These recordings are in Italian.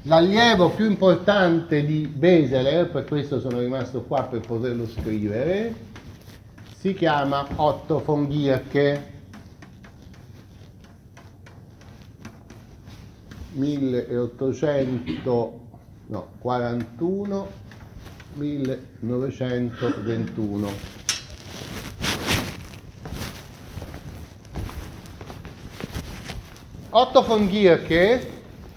L'allievo più importante di Beseler, per questo sono rimasto qua per poterlo scrivere, si chiama Otto von Guericke, 1841-1921. Otto von Guericke,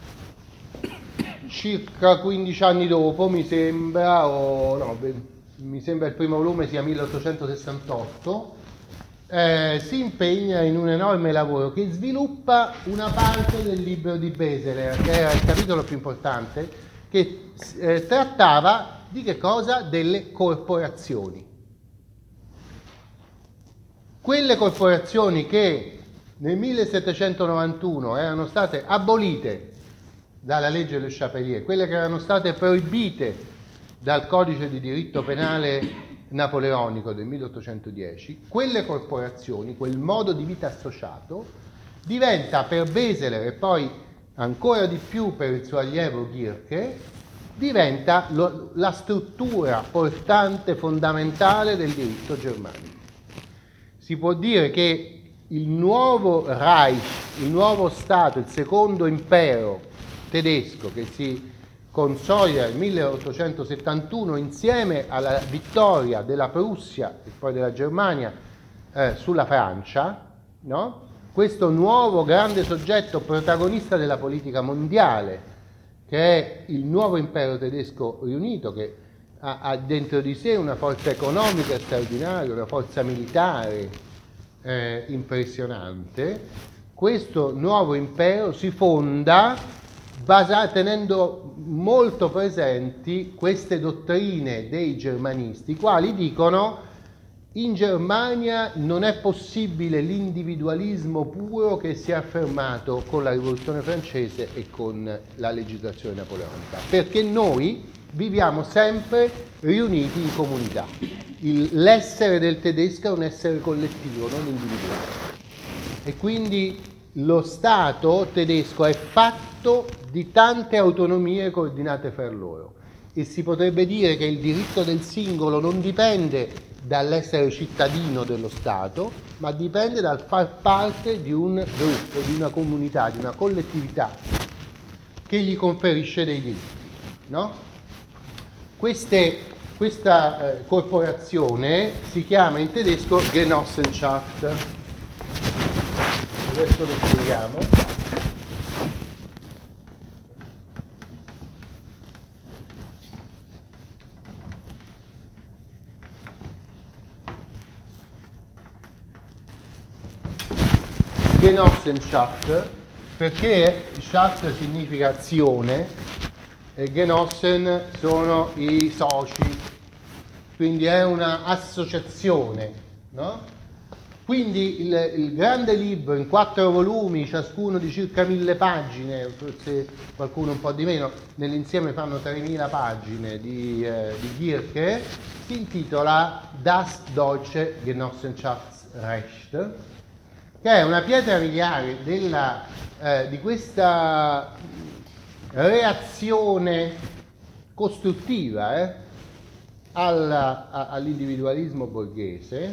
circa 15 anni dopo, mi sembra, mi sembra il primo volume sia 1868, si impegna in un enorme lavoro che sviluppa una parte del libro di Beseler, che era il capitolo più importante, che trattava di che cosa? Delle corporazioni. Quelle corporazioni che nel 1791 erano state abolite dalla legge Le Chapelier, quelle che erano state proibite dal codice di diritto penale napoleonico del 1810, quelle corporazioni, quel modo di vita associato, diventa per Beseler e poi ancora di più per il suo allievo Guericke, diventa la struttura portante, fondamentale del diritto germanico. Si può dire che il nuovo Reich, il nuovo Stato, il secondo impero tedesco che si consolida nel 1871 insieme alla vittoria della Prussia e poi della Germania sulla Francia, no? Questo nuovo grande soggetto protagonista della politica mondiale, che è il nuovo impero tedesco riunito, che ha dentro di sé una forza economica straordinaria, una forza militare impressionante. Questo nuovo impero si fonda tenendo molto presenti queste dottrine dei germanisti, i quali dicono: in Germania non è possibile l'individualismo puro che si è affermato con la rivoluzione francese e con la legislazione napoleonica, perché noi viviamo sempre riuniti in comunità. L'essere del tedesco è un essere collettivo, non individuale. E quindi lo Stato tedesco è fatto di tante autonomie coordinate fra loro. E si potrebbe dire che il diritto del singolo non dipende dall'essere cittadino dello Stato, ma dipende dal far parte di un gruppo, di una comunità, di una collettività che gli conferisce dei diritti, no? Questa corporazione si chiama in tedesco Genossenschaft. Adesso lo spieghiamo. Genossenschaft, perché Schaft significa azione e Genossen sono i soci, quindi è una associazione, no? Quindi il grande libro in 4 volumi, ciascuno di circa 1000 pagine, forse qualcuno un po' di meno, nell'insieme fanno 3000 pagine di Guericke, si intitola Das Deutsche Genossenschaftsrecht, che è una pietra miliare di questa reazione costruttiva all'individualismo borghese,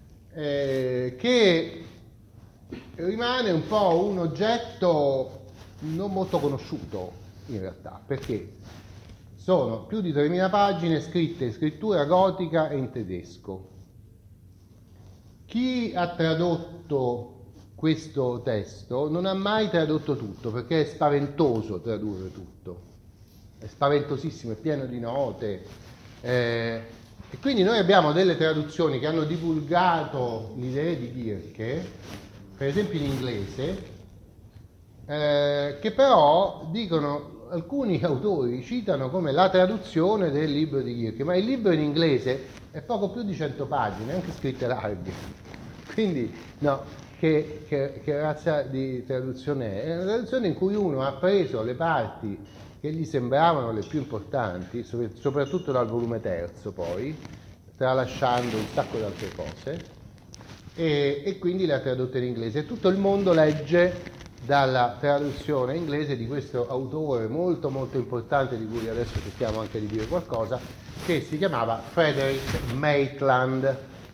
che rimane un po' un oggetto non molto conosciuto in realtà, perché sono più di 3000 pagine scritte in scrittura gotica e in tedesco. Chi ha tradotto questo testo non ha mai tradotto tutto, perché è spaventoso tradurre tutto, è spaventosissimo, è pieno di note, e quindi noi abbiamo delle traduzioni che hanno divulgato l'idea di Guericke, per esempio in inglese, che però dicono, alcuni autori citano come la traduzione del libro di Guericke, ma il libro in inglese è poco più di 100 pagine, anche scritte larghe, quindi no. Che razza di traduzione è? È una traduzione in cui uno ha preso le parti che gli sembravano le più importanti, soprattutto dal volume terzo poi, tralasciando un sacco di altre cose, e quindi le ha tradotte in inglese. Tutto il mondo legge dalla traduzione inglese di questo autore molto molto importante, di cui adesso cerchiamo anche di dire qualcosa, che si chiamava Frederick Maitland,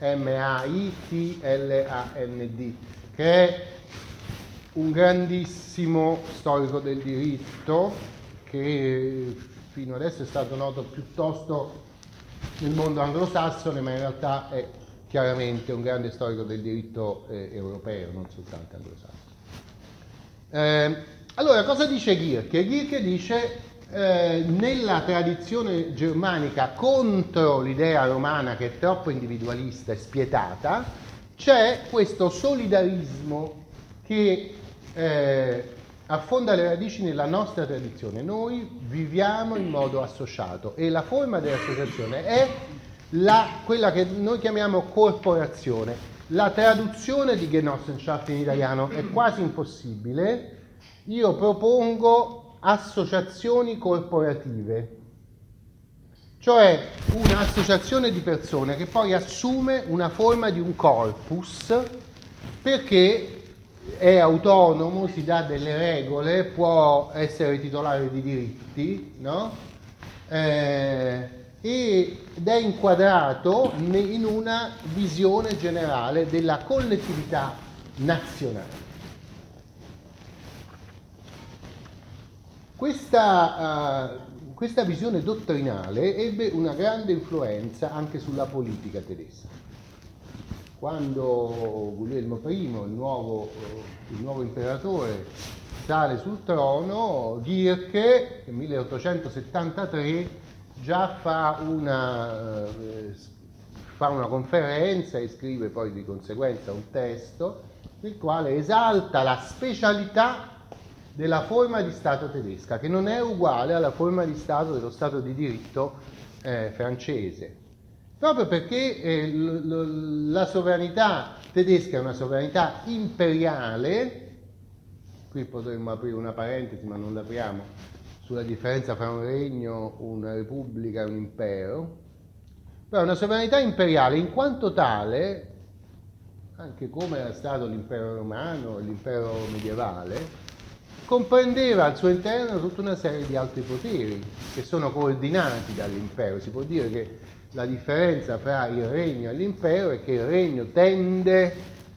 Maitland, che è un grandissimo storico del diritto che fino adesso è stato noto piuttosto nel mondo anglosassone, ma in realtà è chiaramente un grande storico del diritto europeo, non soltanto anglosassone. Allora, cosa dice Gierke? Gierke dice nella tradizione germanica contro l'idea romana, che è troppo individualista e spietata, c'è questo solidarismo che affonda le radici nella nostra tradizione. Noi viviamo in modo associato e la forma dell'associazione è quella che noi chiamiamo corporazione. La traduzione di Genossenschaft in italiano è quasi impossibile. Io propongo associazioni corporative, cioè un'associazione di persone che poi assume una forma di un corpus perché è autonomo, si dà delle regole, può essere titolare di diritti, no? Ed è inquadrato in una visione generale della collettività nazionale. Questa visione dottrinale ebbe una grande influenza anche sulla politica tedesca. Quando Guglielmo I, il nuovo imperatore, sale sul trono, Gierke nel 1873 già fa una conferenza e scrive poi di conseguenza un testo nel quale esalta la specialità della forma di Stato tedesca, che non è uguale alla forma di Stato dello Stato di diritto francese. Proprio perché la sovranità tedesca è una sovranità imperiale, qui potremmo aprire una parentesi ma non l'apriamo, sulla differenza fra un regno, una repubblica e un impero, però è una sovranità imperiale in quanto tale, anche come era stato l'impero romano e l'impero medievale, comprendeva al suo interno tutta una serie di altri poteri che sono coordinati dall'impero. Si può dire che la differenza fra il regno e l'impero è che il regno tende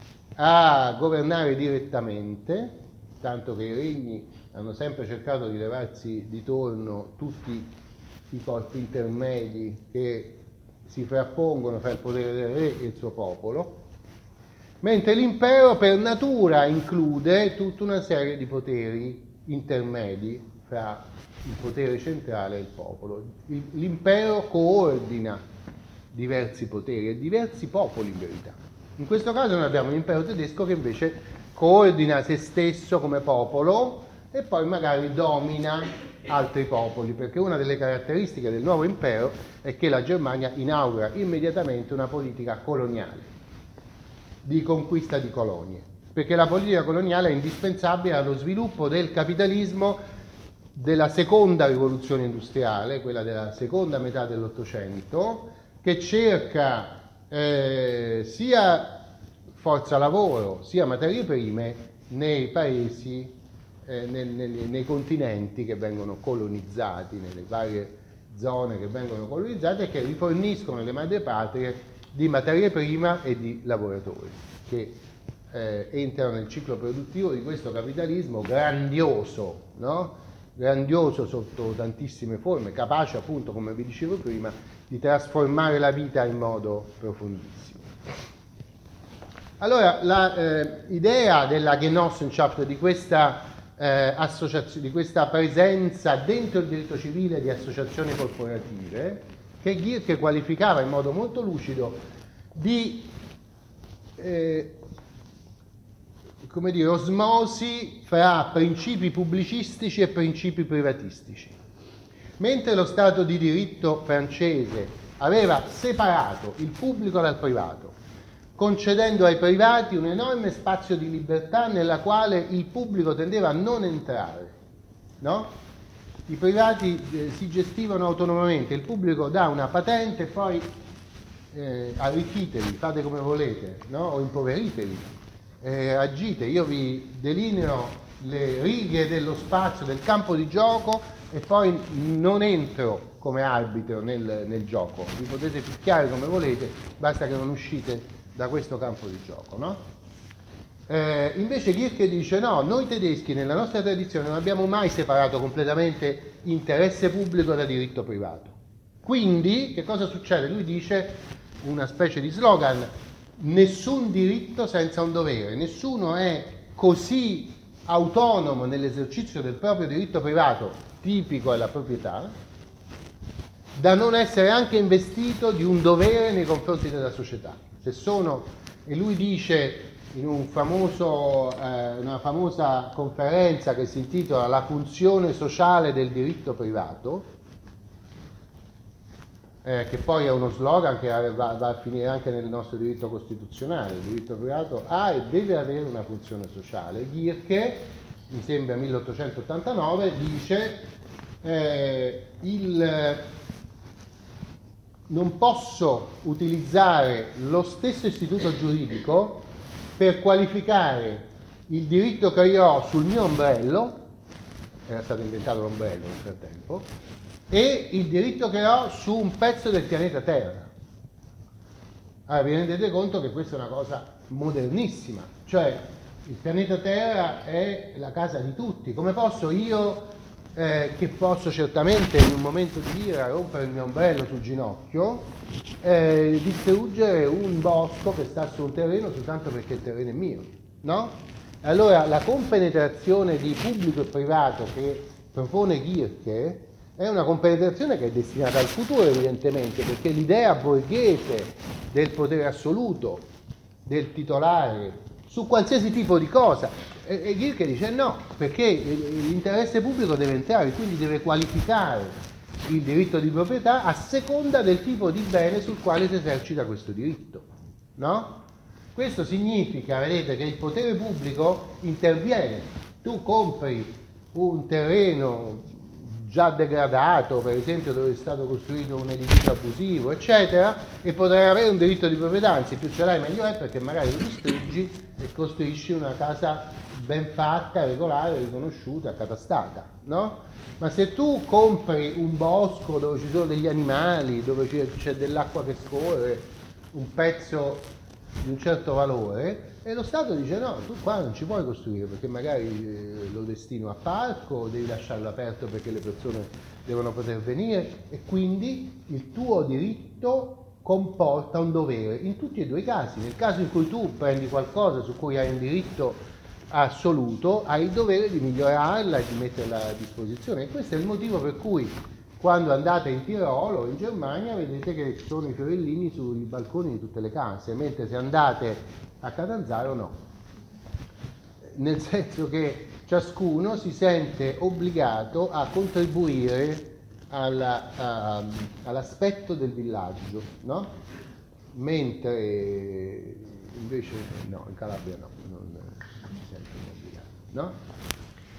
a governare direttamente, tanto che i regni hanno sempre cercato di levarsi di torno tutti i corpi intermedi che si frappongono fra il potere del re e il suo popolo, mentre l'impero per natura include tutta una serie di poteri intermedi fra il potere centrale e il popolo. L'impero coordina diversi poteri e diversi popoli in verità. In questo caso noi abbiamo l'impero tedesco che invece coordina se stesso come popolo e poi magari domina altri popoli, perché una delle caratteristiche del nuovo impero è che la Germania inaugura immediatamente una politica coloniale, di conquista di colonie, perché la politica coloniale è indispensabile allo sviluppo del capitalismo della seconda rivoluzione industriale, quella della seconda metà dell'Ottocento, che cerca sia forza lavoro sia materie prime nei paesi, nei continenti che vengono colonizzati, nelle varie zone che vengono colonizzate e che riforniscono le madrepatrie di materie prima e di lavoratori che entrano nel ciclo produttivo di questo capitalismo grandioso, no? Grandioso sotto tantissime forme, capace appunto, come vi dicevo prima, di trasformare la vita in modo profondissimo. Allora, l'idea della Genossenschaft, di questa associazione, di questa presenza dentro il diritto civile di associazioni corporative, che Gierke qualificava in modo molto lucido di come dire, osmosi fra principi pubblicistici e principi privatistici. Mentre lo Stato di diritto francese aveva separato il pubblico dal privato, concedendo ai privati un enorme spazio di libertà nella quale il pubblico tendeva a non entrare, no? I privati si gestivano autonomamente, il pubblico dà una patente e poi arricchitevi, fate come volete, no? O impoveritevi, agite, io vi delineo le righe dello spazio, del campo di gioco, e poi non entro come arbitro nel gioco. Vi potete picchiare come volete, basta che non uscite da questo campo di gioco, no? Invece Kirche dice no, noi tedeschi nella nostra tradizione non abbiamo mai separato completamente interesse pubblico da diritto privato. Quindi che cosa succede? Lui dice una specie di slogan: nessun diritto senza un dovere, nessuno è così autonomo nell'esercizio del proprio diritto privato, tipico è la proprietà, da non essere anche investito di un dovere nei confronti della società. E lui dice in una famosa conferenza che si intitola La funzione sociale del diritto privato, che poi è uno slogan che va a finire anche nel nostro diritto costituzionale. Il diritto privato ha e deve avere una funzione sociale. Kirche, mi sembra 1889, dice non posso utilizzare lo stesso istituto giuridico per qualificare il diritto che io ho sul mio ombrello, era stato inventato l'ombrello nel frattempo, e il diritto che ho su un pezzo del pianeta Terra. Allora vi rendete conto che questa è una cosa modernissima, cioè il pianeta Terra è la casa di tutti. Come posso io, che posso certamente in un momento di ira rompere il mio ombrello sul ginocchio, distruggere un bosco che sta su un terreno soltanto perché il terreno è mio, no? Allora la compenetrazione di pubblico e privato che propone Kirche è una compenetrazione che è destinata al futuro, evidentemente, perché l'idea borghese del potere assoluto, del titolare, su qualsiasi tipo di cosa, e Kirche dice no, perché l'interesse pubblico deve entrare, quindi deve qualificare il diritto di proprietà a seconda del tipo di bene sul quale si esercita questo diritto, no? Questo significa, vedete, che il potere pubblico interviene. Tu compri un terreno già degradato, per esempio dove è stato costruito un edificio abusivo, eccetera, e potrai avere un diritto di proprietà, anzi più ce l'hai meglio è, perché magari lo distruggi e costruisci una casa ben fatta, regolare, riconosciuta, accatastata, no? Ma se tu compri un bosco dove ci sono degli animali, dove c'è dell'acqua che scorre, un pezzo di un certo valore, e lo Stato dice no, tu qua non ci puoi costruire perché magari lo destino a parco, devi lasciarlo aperto perché le persone devono poter venire, e quindi il tuo diritto comporta un dovere in tutti e due i casi. Nel caso in cui tu prendi qualcosa su cui hai un diritto assoluto, hai il dovere di migliorarla e di metterla a disposizione, e questo è il motivo per cui quando andate in Tirolo o in Germania vedete che ci sono i fiorellini sui balconi di tutte le case, mentre se andate a Catanzaro no, nel senso che ciascuno si sente obbligato a contribuire all'aspetto del villaggio, no? Mentre invece no, in Calabria no, non si sentono obbligati, no?